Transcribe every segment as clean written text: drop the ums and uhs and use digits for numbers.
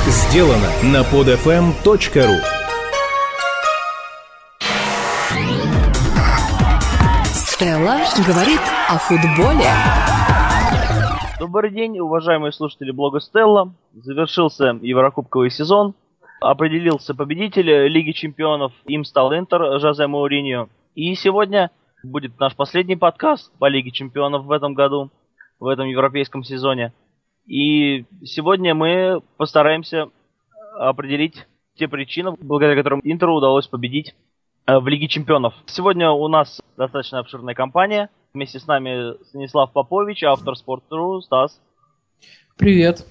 Сделано на podfm.ru. Стелла говорит о футболе. Добрый день, уважаемые слушатели блога Стелла. Завершился Еврокубковый сезон. Определился победитель Лиги Чемпионов. Им стал Интер Жозе Моуриньо. И сегодня будет наш последний подкаст по Лиге Чемпионов в этом году, в этом европейском сезоне. И сегодня мы постараемся определить те причины, благодаря которым Интеру удалось победить в Лиге Чемпионов. Сегодня у нас достаточно обширная компания. Вместе с нами Станислав Попович, автор Sport.ru. Стас. Привет.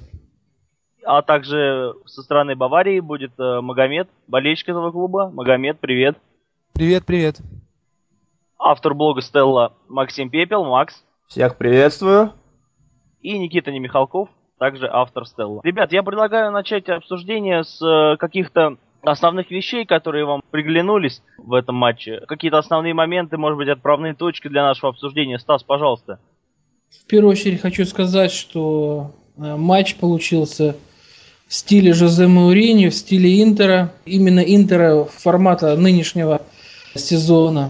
А также со стороны Баварии будет Магомед, болельщик этого клуба. Магомед, привет. Привет. Автор блога Стелла Максим Пепел. Макс. Всех приветствую. И Никита Немихалков, также автор Стелла. Ребят, я предлагаю начать обсуждение с каких-то основных вещей, которые вам приглянулись в этом матче. Какие-то основные моменты, может быть, отправные точки для нашего обсуждения. Стас, пожалуйста. В первую очередь хочу сказать, что матч получился в стиле Жозе Моуриньо, в стиле Интера. Именно Интера формата нынешнего сезона.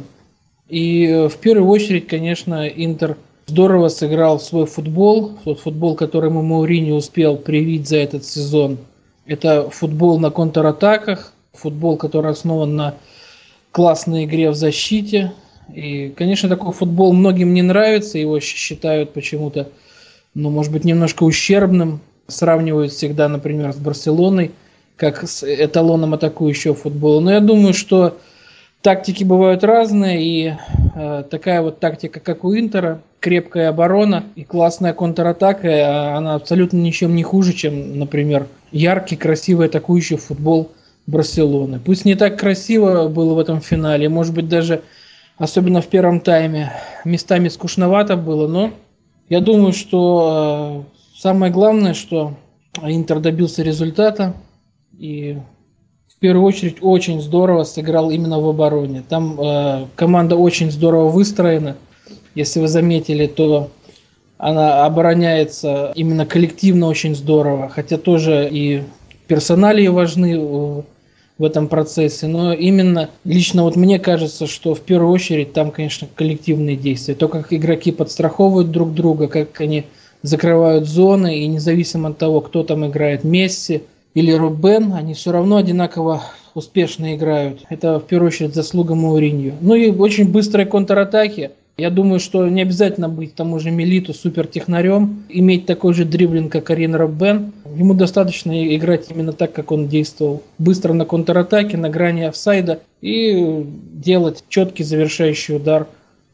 И в первую очередь, конечно, Интер здорово сыграл в свой футбол. Тот футбол, который Моуриньо успел привить за этот сезон. Это футбол на контратаках, футбол, который основан на классной игре в защите. И, конечно, такой футбол многим не нравится, его считают почему-то, может быть, немножко ущербным. Сравнивают всегда, например, с Барселоной, как с эталоном атакующего футбола. Но я думаю, что тактики бывают разные, и такая вот тактика, как у Интера, крепкая оборона и классная контратака, она абсолютно ничем не хуже, чем, например, яркий, красивый атакующий футбол Барселоны. Пусть не так красиво было в этом финале, может быть, даже, особенно в первом тайме, местами скучновато было, но я думаю, что самое главное, что Интер добился результата, и в первую очередь очень здорово сыграл именно в обороне. Там команда очень здорово выстроена. Если вы заметили, то она обороняется именно коллективно очень здорово, хотя тоже и персоналии важны в этом процессе, но именно лично вот мне кажется, что в первую очередь там, конечно, коллективные действия. То, как игроки подстраховывают друг друга, как они закрывают зоны, и независимо от того, кто там играет, Месси или Робben, они все равно одинаково успешно играют. Это в первую очередь заслуга Моуриньо. Ну и очень быстрые контратаки. Я думаю, что не обязательно быть тому же Милиту супертехнарем, иметь такой же дриблинг, как Арен Робben. Ему достаточно играть именно так, как он действовал. Быстро на контратаке, на грани офсайда и делать четкий завершающий удар.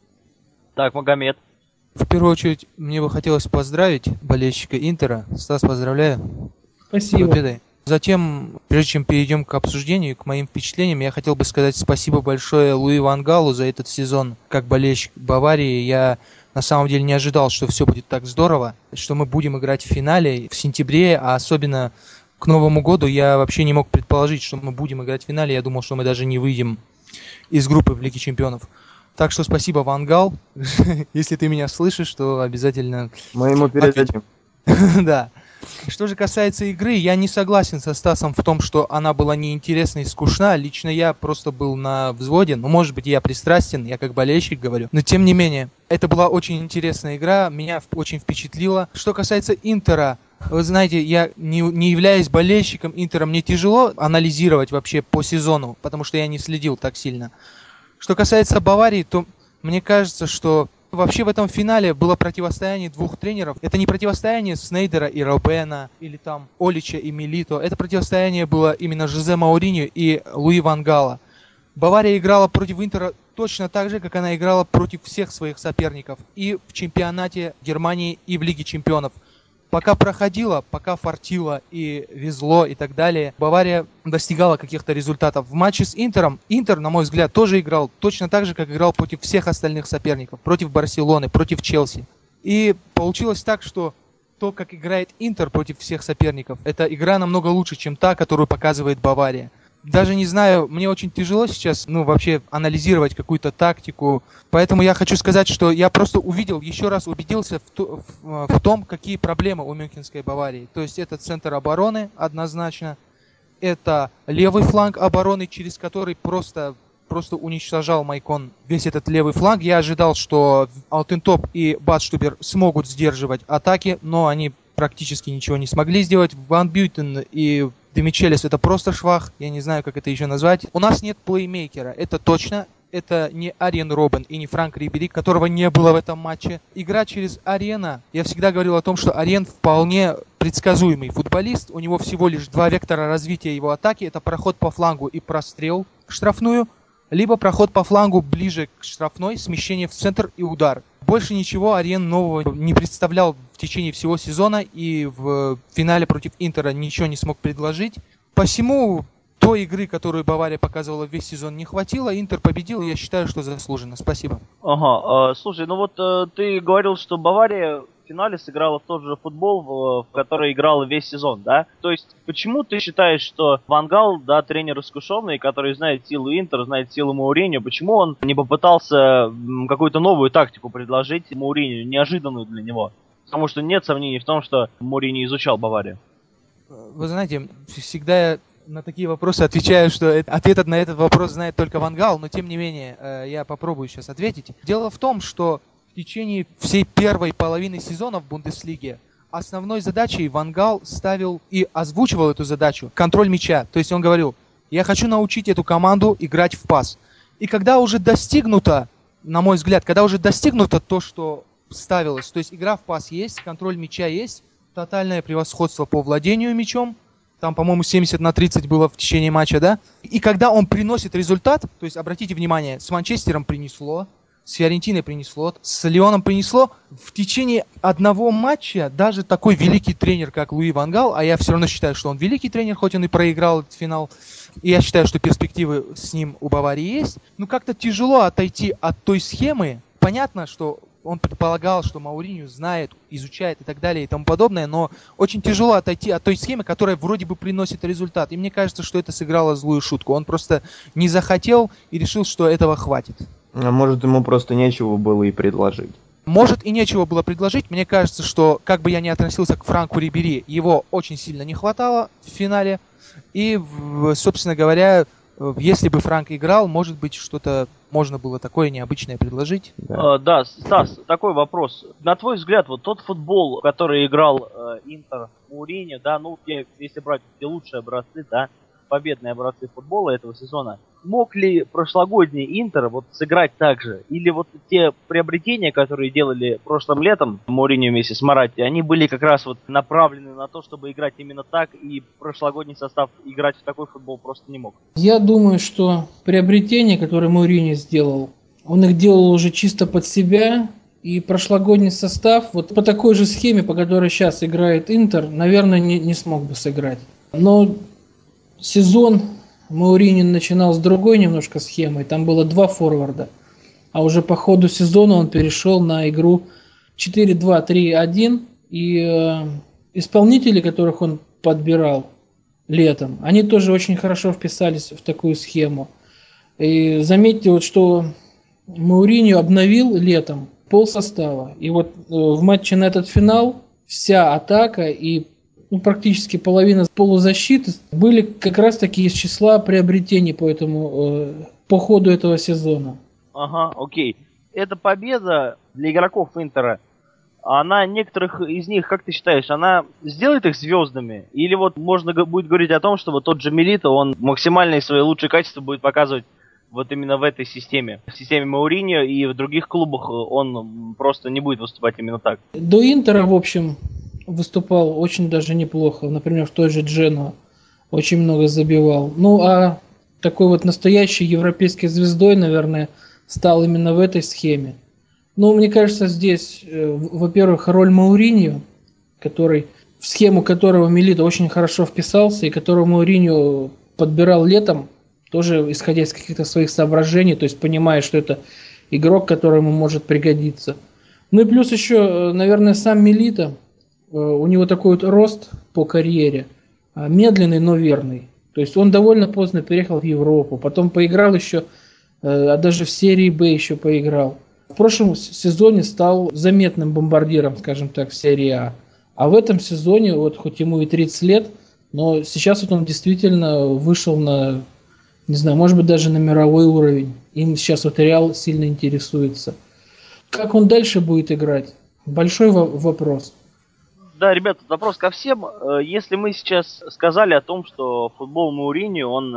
Так, Магомед. В первую очередь, мне бы хотелось поздравить болельщика Интера. Стас, поздравляю. Спасибо. С победой. Затем, прежде чем перейдем к обсуждению, к моим впечатлениям, я хотел бы сказать спасибо большое Луи ван Галу за этот сезон. Как болельщик Баварии, я на самом деле не ожидал, что все будет так здорово, что мы будем играть в финале в сентябре, а особенно к Новому году я вообще не мог предположить, что мы будем играть в финале. Я думал, что мы даже не выйдем из группы в Лиге Чемпионов. Так что спасибо, Ван Гал. Если ты меня слышишь, то обязательно... Мы ему передадим. Да. Что же касается игры, я не согласен со Стасом в том, что она была неинтересна и скучна. Лично я просто был на взводе. Может быть, я пристрастен, я как болельщик говорю. Но тем не менее, это была очень интересная игра, меня очень впечатлило. Что касается Интера, вы знаете, я не являюсь болельщиком Интера, мне тяжело анализировать вообще по сезону, потому что я не следил так сильно. Что касается Баварии, то мне кажется, что вообще в этом финале было противостояние двух тренеров. Это не противостояние Снейдера и Робена, или там Олича и Милито. Это противостояние было именно Жозе Моуриньо и Луи ван Гала. Бавария играла против Интера точно так же, как она играла против всех своих соперников. И в чемпионате Германии, и в Лиге Чемпионов. Пока проходила, пока фартило и везло и так далее, Бавария достигала каких-то результатов. В матче с Интером, Интер, на мой взгляд, тоже играл точно так же, как играл против всех остальных соперников. Против Барселоны, против Челси. И получилось так, что то, как играет Интер против всех соперников, эта игра намного лучше, чем та, которую показывает Бавария. даже не знаю, мне очень тяжело сейчас, вообще анализировать какую-то тактику. Поэтому я хочу сказать, что я просто увидел, еще раз убедился в том, какие проблемы у Мюнхенской Баварии. То есть это центр обороны однозначно, это левый фланг обороны, через который просто уничтожал Майкон весь этот левый фланг. Я ожидал, что Алтентоп и Бадштубер смогут сдерживать атаки, но они практически ничего не смогли сделать. Ван Бютен и Демичелес — это просто швах, я не знаю, как это еще назвать. У нас нет плеймейкера, это точно. Это не Ариен Робben и не Франк Рибери, которого не было в этом матче. Игра через Ариена, я всегда говорил о том, что Ариен вполне предсказуемый футболист. У него всего лишь два вектора развития его атаки. Это проход по флангу и прострел в штрафную, либо проход по флангу ближе к штрафной, смещение в центр и удар. Больше ничего Ариен нового не представлял в течение всего сезона, и в финале против Интера ничего не смог предложить. Посему той игры, которую Бавария показывала весь сезон, не хватило. Интер победил, и я считаю, что заслуженно. Спасибо. Ага, слушай, ты говорил, что Бавария в финале сыграла в тот же футбол, в который играла весь сезон, да? То есть, почему ты считаешь, что Ван Гал, да, тренер искушенный, который знает силу Интер, знает силу Мауриньо, почему он не попытался какую-то новую тактику предложить Мауриньо, неожиданную для него? Потому что нет сомнений в том, что Мауриньо изучал Баварию. Вы знаете, всегда я на такие вопросы отвечаю, что ответ на этот вопрос знает только Ван Гал, но тем не менее я попробую сейчас ответить. Дело в том, что в течение всей первой половины сезона в Бундеслиге основной задачей Ван Гал ставил и озвучивал эту задачу контроль мяча. То есть он говорил: я хочу научить эту команду играть в пас. И когда уже достигнуто, на мой взгляд, то, что ставилось, то есть игра в пас есть, контроль мяча есть, тотальное превосходство по владению мячом, там, по-моему, 70-30 было в течение матча, да? И когда он приносит результат, то есть, обратите внимание, с Манчестером принесло, с Фиорентиной принесло, с Лионом принесло, в течение одного матча даже такой великий тренер, как Луи Ван Гал, а я все равно считаю, что он великий тренер, хоть он и проиграл этот финал, и я считаю, что перспективы с ним у Баварии есть, но как-то тяжело отойти от той схемы. Понятно, что он предполагал, что Мауриньо знает, изучает и так далее и тому подобное, но очень тяжело отойти от той схемы, которая вроде бы приносит результат. И мне кажется, что это сыграло злую шутку. Он просто не захотел и решил, что этого хватит. А может, ему просто нечего было и предложить? Может, и нечего было предложить. Мне кажется, что, как бы я ни относился к Франку Рибери, его очень сильно не хватало в финале. И, собственно говоря, если бы Франк играл, может быть, что-то можно было такое необычное предложить. Да, Стас, такой вопрос. На твой взгляд, вот тот футбол, который играл Интер, Мауриньо, да, если брать те лучшие образцы, да, победные образцы футбола этого сезона, мог ли прошлогодний Интер сыграть так же? Или те приобретения, которые делали прошлым летом Мауриньо вместе с Моратти, они были как раз направлены на то, чтобы играть именно так, и прошлогодний состав играть в такой футбол просто не мог? Я думаю, что приобретения, которые Мауриньо сделал, он их делал уже чисто под себя, и прошлогодний состав по такой же схеме, по которой сейчас играет Интер, наверное, не смог бы сыграть. Но сезон Мауриньо начинал с другой немножко схемой, там было два форварда, а уже по ходу сезона он перешел на игру 4-2-3-1, и исполнители, которых он подбирал летом, они тоже очень хорошо вписались в такую схему. И заметьте, что Мауриньо обновил летом полсостава, и в матче на этот финал вся атака и практически половина полузащиты были как раз таки из числа приобретений по ходу этого сезона. Ага, окей. Эта победа для игроков Интера, она некоторых из них, как ты считаешь, она сделает их звездами? Или можно будет говорить о том, что тот же Милито, он максимальные свои лучшие качества будет показывать именно в этой системе? В системе Мауриньо, и в других клубах он просто не будет выступать именно так? До Интера, в общем, выступал очень даже неплохо. Например, в той же Дженуа очень много забивал. А такой настоящей европейской звездой, наверное, стал именно в этой схеме. Мне кажется, здесь, во-первых, роль Мауриньо, в схему которого Милито очень хорошо вписался, и которого Мауриньо подбирал летом, тоже исходя из каких-то своих соображений, то есть понимая, что это игрок, который ему может пригодиться. И плюс еще, наверное, сам Милито. У него такой рост по карьере, медленный, но верный. То есть он довольно поздно переехал в Европу, потом поиграл еще, даже в серии Б еще поиграл. В прошлом сезоне стал заметным бомбардиром, скажем так, в серии А. А в этом сезоне, вот хоть ему и 30 лет, но сейчас вот он действительно вышел на, не знаю, может быть даже на мировой уровень. Им сейчас вот Реал сильно интересуется. Как он дальше будет играть? Большой вопрос. Да, ребята, вопрос ко всем. Если мы сейчас сказали о том, что футбол Мауриньо, он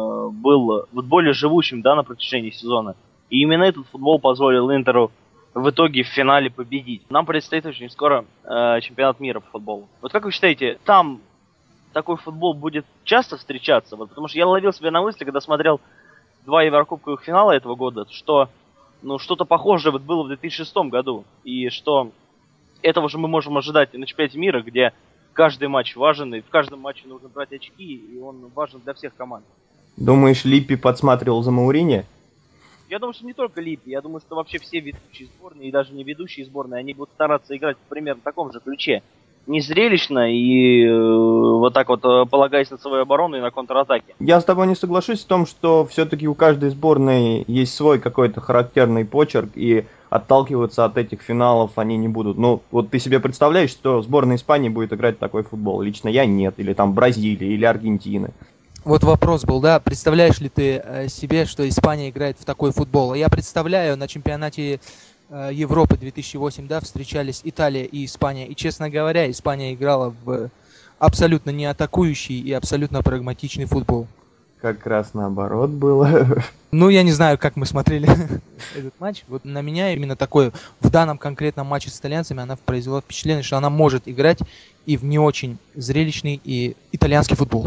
был более живучим, да, на протяжении сезона, и именно этот футбол позволил Интеру в итоге в финале победить. Нам предстоит очень скоро чемпионат мира по футболу. Вот как вы считаете, там такой футбол будет часто встречаться? Вот, потому что я ловил себя на мысли, когда смотрел 2 еврокубковых финала этого года, что что-то похожее вот было в 2006 году, и что этого же мы можем ожидать и на чемпионате мира, где каждый матч важен, и в каждом матче нужно брать очки, и он важен для всех команд. Думаешь, Липпи подсматривал за Мауриньо? Я думаю, что не только Липпи, я думаю, что вообще все ведущие сборные, и даже не ведущие сборные, они будут стараться играть примерно в таком же ключе. Не зрелищно и вот так вот полагаясь на свою оборону и на контратаке. Я с тобой не соглашусь в том, что все-таки у каждой сборной есть свой какой-то характерный почерк, и отталкиваться от этих финалов они не будут. Ну, вот ты себе представляешь, что сборная Испании будет играть в такой футбол? Лично я нет. Или там Бразилия, или Аргентина. Вот вопрос был, да, представляешь ли ты себе, что Испания играет в такой футбол? Я представляю, на чемпионате Европы 2008, да, встречались Италия и Испания. И, честно говоря, Испания играла в абсолютно не атакующий и абсолютно прагматичный футбол. Как раз наоборот было. Ну, я не знаю, как мы смотрели этот матч. Вот на меня именно такое, в данном конкретном матче с итальянцами, она произвела впечатление, что она может играть и в не очень зрелищный и итальянский футбол.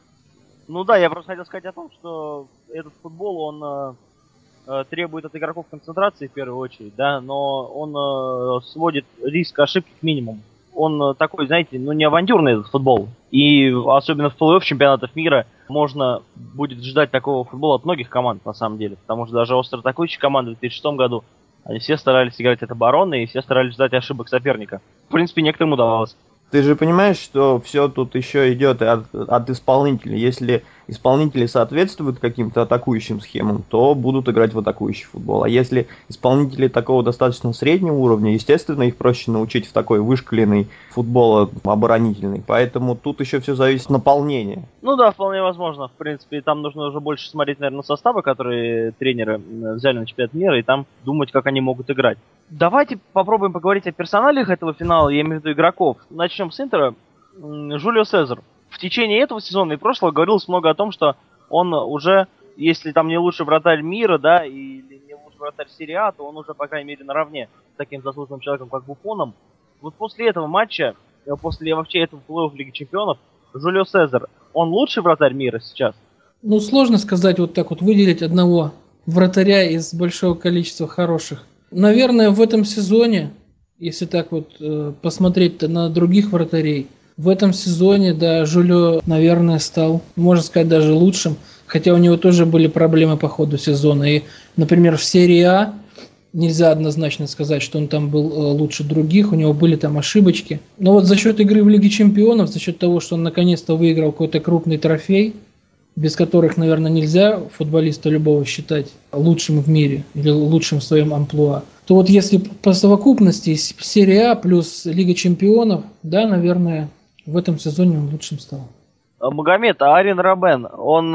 Ну да, я просто хотел сказать о том, что этот футбол, он требует от игроков концентрации в первую очередь, да, но он сводит риск ошибки к минимуму. Он такой, знаете, не авантюрный этот футбол. И особенно в плей-офф чемпионатов мира можно будет ждать такого футбола от многих команд, на самом деле. Потому что даже остро атакующие команды в 2006 году, они все старались играть от обороны и все старались ждать ошибок соперника. В принципе, некоторым удавалось. Ты же понимаешь, что все тут еще идет от исполнителей. Если исполнители соответствуют каким-то атакующим схемам, то будут играть в атакующий футбол. А если исполнители такого достаточно среднего уровня, естественно, их проще научить в такой вышкаленный футбол оборонительный. Поэтому тут еще все зависит от наполнения. Ну да, вполне возможно. В принципе, там нужно уже больше смотреть, наверное, на составы, которые тренеры взяли на чемпионат мира, и там думать, как они могут играть. Давайте попробуем поговорить о персоналиях этого финала, я имею в виду игроков. Начнем с Интера. Жулио Сезар. В течение этого сезона и прошлого говорилось много о том, что он уже, если там не лучший вратарь мира, да, или не лучший вратарь серии А, то он уже, по крайней мере, наравне с таким заслуженным человеком, как Буфоном. Вот после этого матча, после вообще этого плей-офф Лиги Чемпионов, Жулио Сезар, он лучший вратарь мира сейчас? Ну, сложно сказать вот так вот, выделить одного вратаря из большого количества хороших. Наверное, в этом сезоне, если так вот посмотреть на других вратарей, в этом сезоне, да, Жулио, наверное, стал, можно сказать, даже лучшим. Хотя у него тоже были проблемы по ходу сезона. И, например, в серии А нельзя однозначно сказать, что он там был лучше других. У него были там ошибочки. Но вот за счет игры в Лиге Чемпионов, за счет того, что он наконец-то выиграл какой-то крупный трофей, без которых, наверное, нельзя футболиста любого считать лучшим в мире или лучшим в своем амплуа, то вот если по совокупности серия А плюс Лига Чемпионов, да, наверное, в этом сезоне он лучшим стал. Магомед, а Арjen Робben, он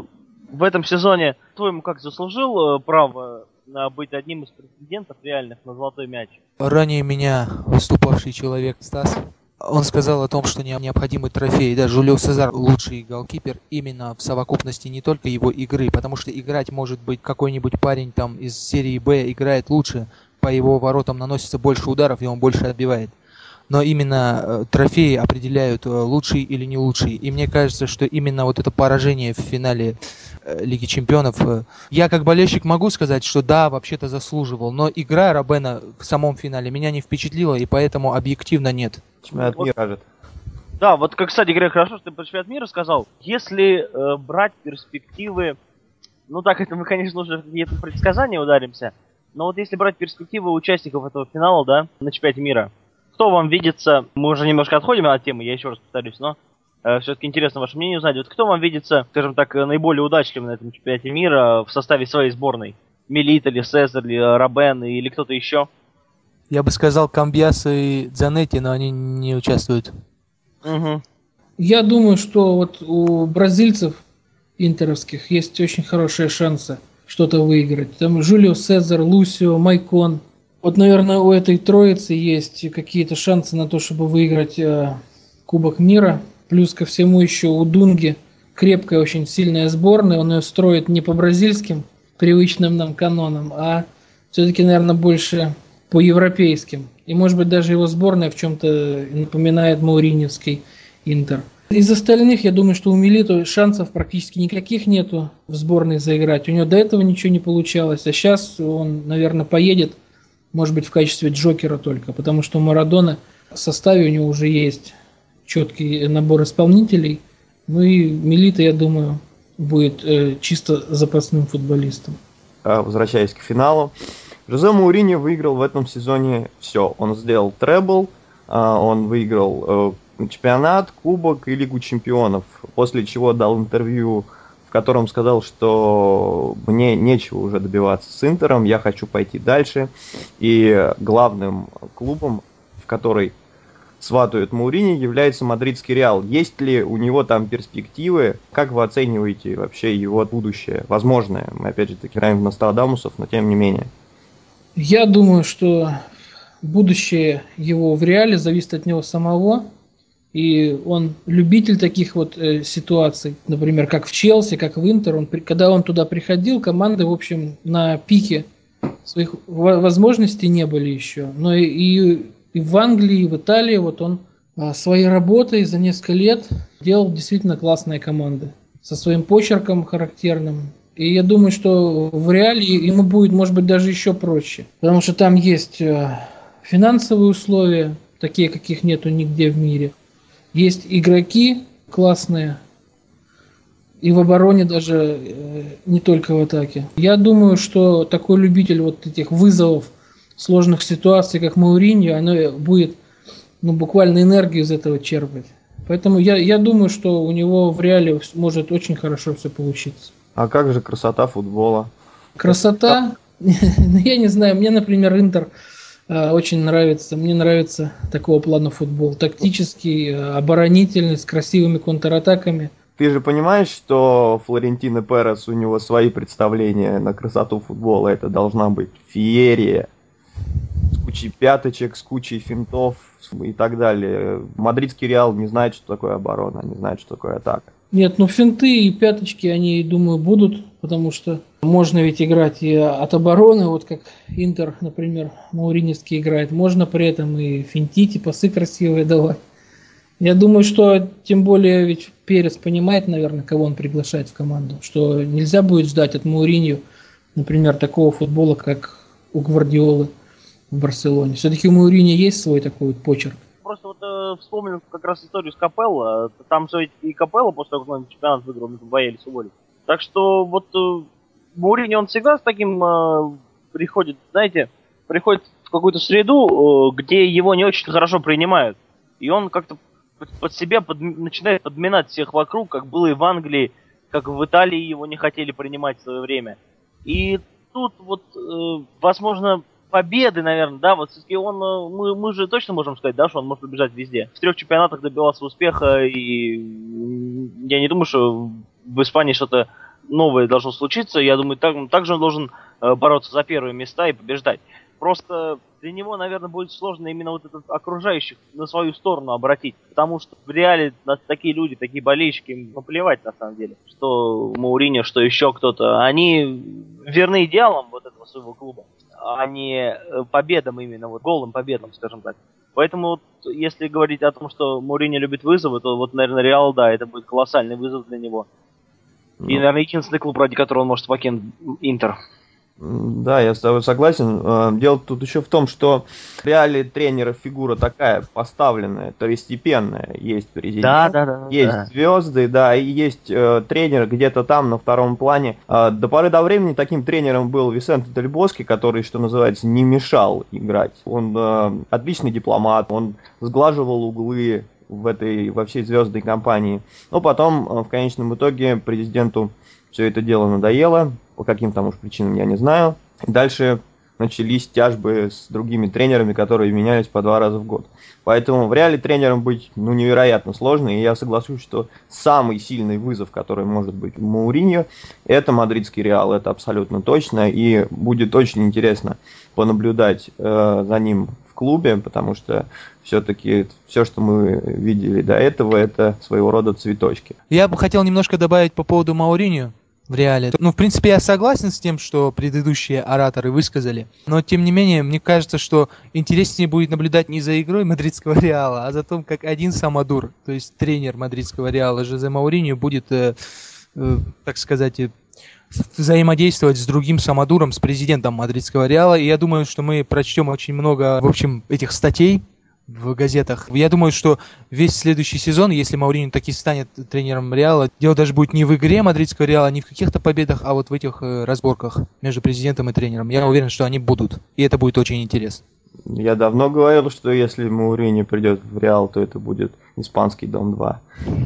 в этом сезоне, по-твоему, как заслужил право быть одним из претендентов реальных на золотой мяч? Ранее меня выступавший человек Стас, он сказал о том, что необходимый трофей. Да, Жулио Сезар лучший голкипер именно в совокупности не только его игры, потому что играть может быть какой-нибудь парень там из серии Б играет лучше, по его воротам наносится больше ударов и он больше отбивает. Но именно трофеи определяют, лучший или не лучший. И мне кажется, что именно вот это поражение в финале Лиги Чемпионов, я как болельщик могу сказать, что да, вообще-то заслуживал. Но игра Роббена в самом финале меня не впечатлила, и поэтому объективно нет. Чемпионат мира кажет. Да, вот, кстати говоря, хорошо, что ты про чемпионат мира сказал. Если брать перспективы, ну так, это мы, конечно, уже в какие-то предсказания ударимся, но вот если брать перспективы участников этого финала, да, на чемпионате мира, кто вам видится, мы уже немножко отходим от темы, я еще раз повторюсь, но Все-таки интересно ваше мнение узнать. Вот кто вам видится, скажем так, наиболее удачливым на этом чемпионате мира в составе своей сборной? Милит или Сезар, или Робен, или кто-то еще? Я бы сказал Камбьяс и Дзанетти, но они не участвуют. Угу. Я думаю, что вот у бразильцев интеровских есть очень хорошие шансы что-то выиграть. Там Жулио Сезар, Лусио, Майкон. Вот, наверное, у этой троицы есть какие-то шансы на то, чтобы выиграть Кубок мира. Плюс ко всему еще у Дунги крепкая, очень сильная сборная. Он ее строит не по бразильским привычным нам канонам, а все-таки, наверное, больше по европейским. И, может быть, даже его сборная в чем-то напоминает мауриньевский Интер. Из остальных, я думаю, что у Милито шансов практически никаких нету в сборной заиграть. У него до этого ничего не получалось, а сейчас он, наверное, поедет, может быть, в качестве джокера только, потому что у Марадона в составе у него уже есть четкий набор исполнителей. Ну и Милито, я думаю, будет чисто запасным футболистом. Возвращаясь к финалу, Жозе Мауриньо выиграл в этом сезоне все. Он сделал требл, он выиграл чемпионат, кубок и Лигу чемпионов, после чего дал интервью, в котором сказал, что мне нечего уже добиваться с Интером, я хочу пойти дальше. И главным клубом, в который сватают Мауриньо, является мадридский Реал. Есть ли у него там перспективы? Как вы оцениваете вообще его будущее? Возможное. Мы опять же таки играем в Нострадамусов, но тем не менее. Я думаю, что будущее его в Реале зависит от него самого. И он любитель таких вот ситуаций, например, как в Челси, как в Интер. Когда он туда приходил, команды, в общем, на пике своих возможностей не были еще. Но и в Англии, и в Италии вот он своей работой за несколько лет делал действительно классные команды со своим почерком характерным. И я думаю, что в Реале ему будет, может быть, даже еще проще. Потому что там есть финансовые условия, такие, каких нету нигде в мире. Есть игроки классные, и в обороне даже, не только в атаке. Я думаю, что такой любитель вот этих вызовов, сложных ситуаций, как Мауриньо, оно будет буквально энергию из этого черпать. Поэтому я думаю, что у него в Реале может очень хорошо все получиться. А как же красота футбола? Красота? Я не знаю, мне, например, Интер очень нравится. Мне нравится такого плана футбол. Тактический, оборонительный, с красивыми контратаками. Ты же понимаешь, что Флорентино Перес, у него свои представления на красоту футбола. Это должна быть феерия. С кучей пяточек, с кучей финтов и так далее. Мадридский Реал не знает, что такое оборона, не знает, что такое атака. Нет, финты и пяточки, они, думаю, будут, потому что можно ведь играть и от обороны, вот как Интер, например, мауриньевский играет. Можно при этом и финтить, и пасы красивые давать. Я думаю, что тем более ведь Перес понимает, наверное, кого он приглашает в команду, что нельзя будет ждать от Мауриньо, например, такого футбола, как у Гвардиолы в Барселоне. Все-таки у Мауриньо есть свой такой вот почерк. Просто вот вспомнил как раз историю с Капелло. Там же и Капелло после того, как он чемпионат выиграл, мы боялись уволить. Так что вот Мауриньо, он всегда с таким приходит в какую-то среду, где его не очень хорошо принимают. И он как-то под себя начинает подминать всех вокруг, как было и в Англии, как в Италии его не хотели принимать в свое время. И тут вот, возможно, победы, наверное, да, вот все-таки мы же точно можем сказать, да, что он может побежать везде. В 3 чемпионатах добивался успеха, и я не думаю, что в Испании что-то новое должно случиться. Я думаю, также он должен бороться за первые места и побеждать. Просто для него, наверное, будет сложно именно вот этот окружающих на свою сторону обратить. Потому что в Реале такие люди, такие болельщики, им наплевать на самом деле, что Мауриньо, что еще кто-то. Они верны идеалам вот этого своего клуба, а не победам именно, вот голым победам, скажем так. Поэтому вот, если говорить о том, что Мауриньо любит вызовы, то вот, наверное, Реал, да, это будет колоссальный вызов для него. И, наверное, единственный клуб, ради которого он может покинуть Интер. Да, я с тобой согласен. Дело тут еще в том, что в Реале тренера фигура такая поставленная, второстепенная. Есть президент, есть звезды, да, и есть тренер где-то там на втором плане. До поры до времени таким тренером был Висенте Дель Боски, который, что называется, не мешал играть. Он отличный дипломат, он сглаживал углы, во всей звездной компании. Но потом, в конечном итоге, президенту все это дело надоело, по каким там уж причинам я не знаю. Дальше начались тяжбы с другими тренерами, которые менялись по 2 раза в год. Поэтому в Реале тренером быть невероятно сложно, и я соглашусь, что самый сильный вызов, который может быть у Мауриньо, это мадридский Реал, это абсолютно точно, и будет очень интересно понаблюдать за ним в клубе, потому что все-таки все, что мы видели до этого, это своего рода цветочки. Я бы хотел немножко добавить по поводу Мауриньо в Реале. В принципе, я согласен с тем, что предыдущие ораторы высказали, но, тем не менее, мне кажется, что интереснее будет наблюдать не за игрой мадридского Реала, а за том, как один самодур, то есть тренер мадридского Реала Жозе Мауриньо будет, так сказать, взаимодействовать с другим самодуром, с президентом мадридского Реала, и я думаю, что мы прочтем очень много, в общем, этих статей в газетах. Я думаю, что весь следующий сезон, если Мауриньо таки станет тренером Реала, дело даже будет не в игре мадридского Реала, не в каких-то победах, а вот в этих разборках между президентом и тренером. Я уверен, что они будут, и это будет очень интересно. Я давно говорил, что если Мауриньо придет в Реал, то это будет испанский Дом 2.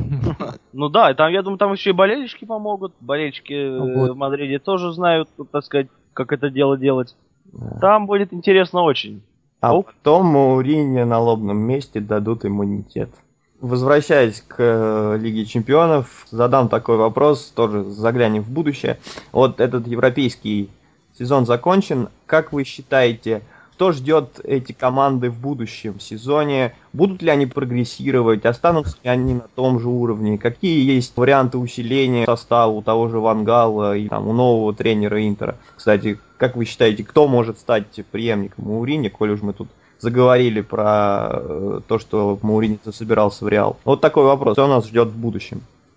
Ну да, и там, я думаю, там еще и болельщики помогут. Болельщики в Мадриде тоже знают, так сказать, как это дело делать. Там будет интересно очень. А потом Мауриньо на лобном месте дадут иммунитет. Возвращаясь к Лиге Чемпионов, задам такой вопрос, тоже заглянем в будущее. Вот этот европейский сезон закончен. Как вы считаете, что ждет эти команды в будущем сезоне? Будут ли они прогрессировать? Останутся ли они на том же уровне? Какие есть варианты усиления состава у того же Ван Гала и там, у нового тренера Интера? Кстати, как вы считаете, кто может стать преемником Мауриньо, коль уж мы тут заговорили про то, что Мауриньо собирался в Реал? Вот такой вопрос. Что нас ждет в будущем?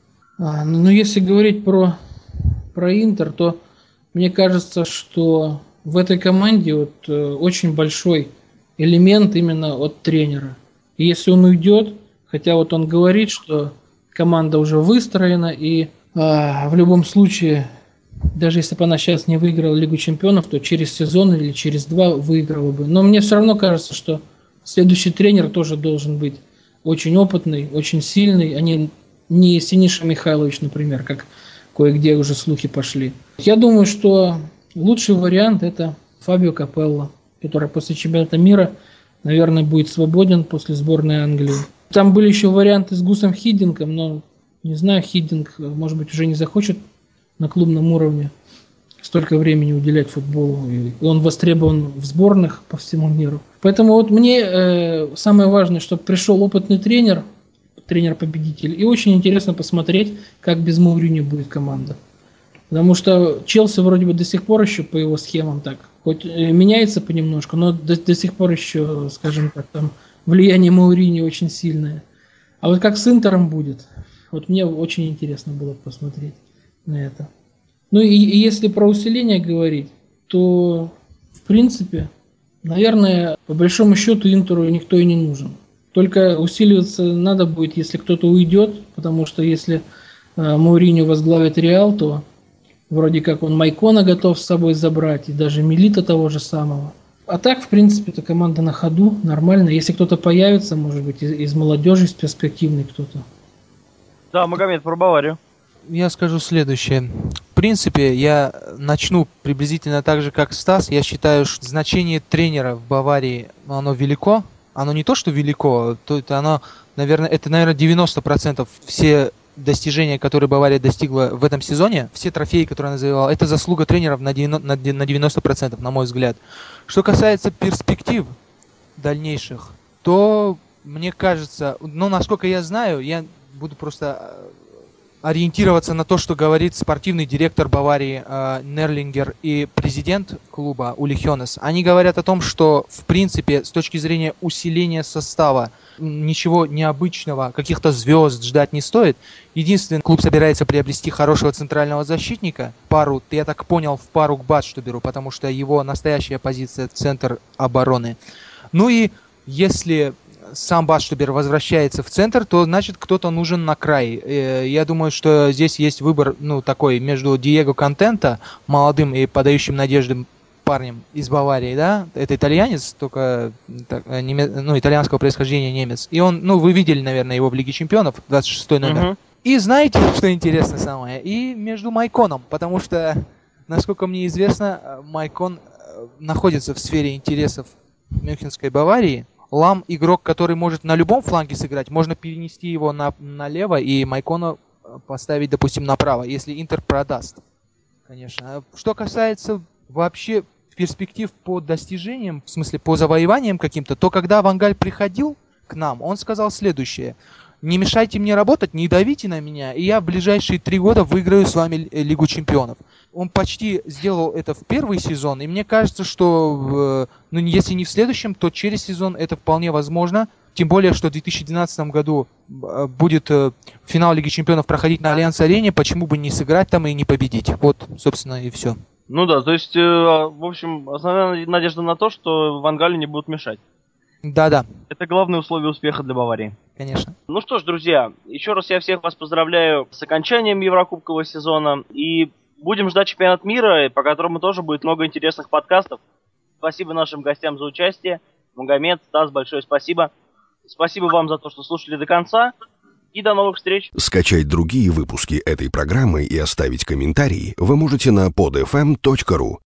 Если говорить про Интер, то мне кажется, что в этой команде очень большой элемент именно от тренера. И если он уйдет, хотя он говорит, что команда уже выстроена, и в любом случае, даже если бы она сейчас не выиграла Лигу Чемпионов, то через сезон или через 2 выиграла бы. Но мне все равно кажется, что следующий тренер тоже должен быть очень опытный, очень сильный, а не Синиша Михайлович, например, как кое-где уже слухи пошли. Я думаю, что лучший вариант это Фабио Капелло, который после чемпионата мира, наверное, будет свободен после сборной Англии. Там были еще варианты с Гусом Хиддингом, но не знаю, Хиддинг, может быть, уже не захочет на клубном уровне столько времени уделять футболу. И он востребован в сборных по всему миру. Поэтому мне самое важное, чтобы пришел опытный тренер-победитель. И очень интересно посмотреть, как без Мауриньо будет команда. Потому что Челси вроде бы до сих пор еще по его схемам так, хоть меняется понемножку, но до сих пор еще, скажем так, там влияние Мауриньо очень сильное. А вот как с Интером будет, мне очень интересно было посмотреть на это. И если про усиление говорить, то в принципе, наверное, по большому счету Интеру никто и не нужен. Только усиливаться надо будет, если кто-то уйдет, потому что если Мауриньо возглавит Реал, то вроде как он Майкона готов с собой забрать, и даже Милита того же самого. А так, в принципе, эта команда на ходу, нормально. Если кто-то появится, может быть, из молодежи, из перспективной кто-то. Да, Магомед, про Баварию. Я скажу следующее. В принципе, я начну приблизительно так же, как Стас. Я считаю, что значение тренера в Баварии, оно велико. Оно не то, что велико, то это оно, наверное, 90% все достижения, которые Бавария достигла в этом сезоне, все трофеи, которые она завоевала, это заслуга тренеров на 90%, на мой взгляд. Что касается перспектив дальнейших, то, мне кажется, насколько я знаю, я буду просто ориентироваться на то, что говорит спортивный директор Баварии Нерлингер и президент клуба Ули Хёнес. Они говорят о том, что, в принципе, с точки зрения усиления состава, ничего необычного, каких-то звезд ждать не стоит. Единственное, клуб собирается приобрести хорошего центрального защитника. Я так понял, в пару к Бадштуберу, потому что его настоящая позиция — центр обороны. И если сам Бадштубер возвращается в центр, то значит кто-то нужен на край. Я думаю, что здесь есть выбор такой между Диего Контента, молодым и подающим надежды парнем из Баварии, да, это итальянец, только итальянского происхождения немец. И он, вы видели, наверное, его в Лиге Чемпионов, 26-й номер. И знаете, что интересно самое? И между Майконом, потому что, насколько мне известно, Майкон находится в сфере интересов Мюнхенской Баварии. Лам игрок, который может на любом фланге сыграть, можно перенести его налево и Майкона поставить, допустим, направо, если Интер продаст, конечно. Что касается вообще перспектив по достижениям, в смысле по завоеваниям каким-то, то когда Ван Галь приходил к нам, он сказал следующее: не мешайте мне работать, не давите на меня, и я в ближайшие 3 года выиграю с вами Лигу Чемпионов. Он почти сделал это в первый сезон, и мне кажется, что, если не в следующем, то через сезон это вполне возможно. Тем более, что в 2012 году будет финал Лиги Чемпионов проходить на Альянс-арене, почему бы не сыграть там и не победить. Вот, собственно, и все. Ну да, то есть, в общем, основная надежда на то, что Ван Галю не будут мешать. Да-да. Это главное условие успеха для Баварии. Конечно. Ну что ж, друзья, еще раз я всех вас поздравляю с окончанием Еврокубкового сезона. И будем ждать чемпионат мира, по которому тоже будет много интересных подкастов. Спасибо нашим гостям за участие. Магомед, Стас, большое спасибо. Спасибо вам за то, что слушали до конца. И до новых встреч. Скачать другие выпуски этой программы и оставить комментарии вы можете на podfm.ru.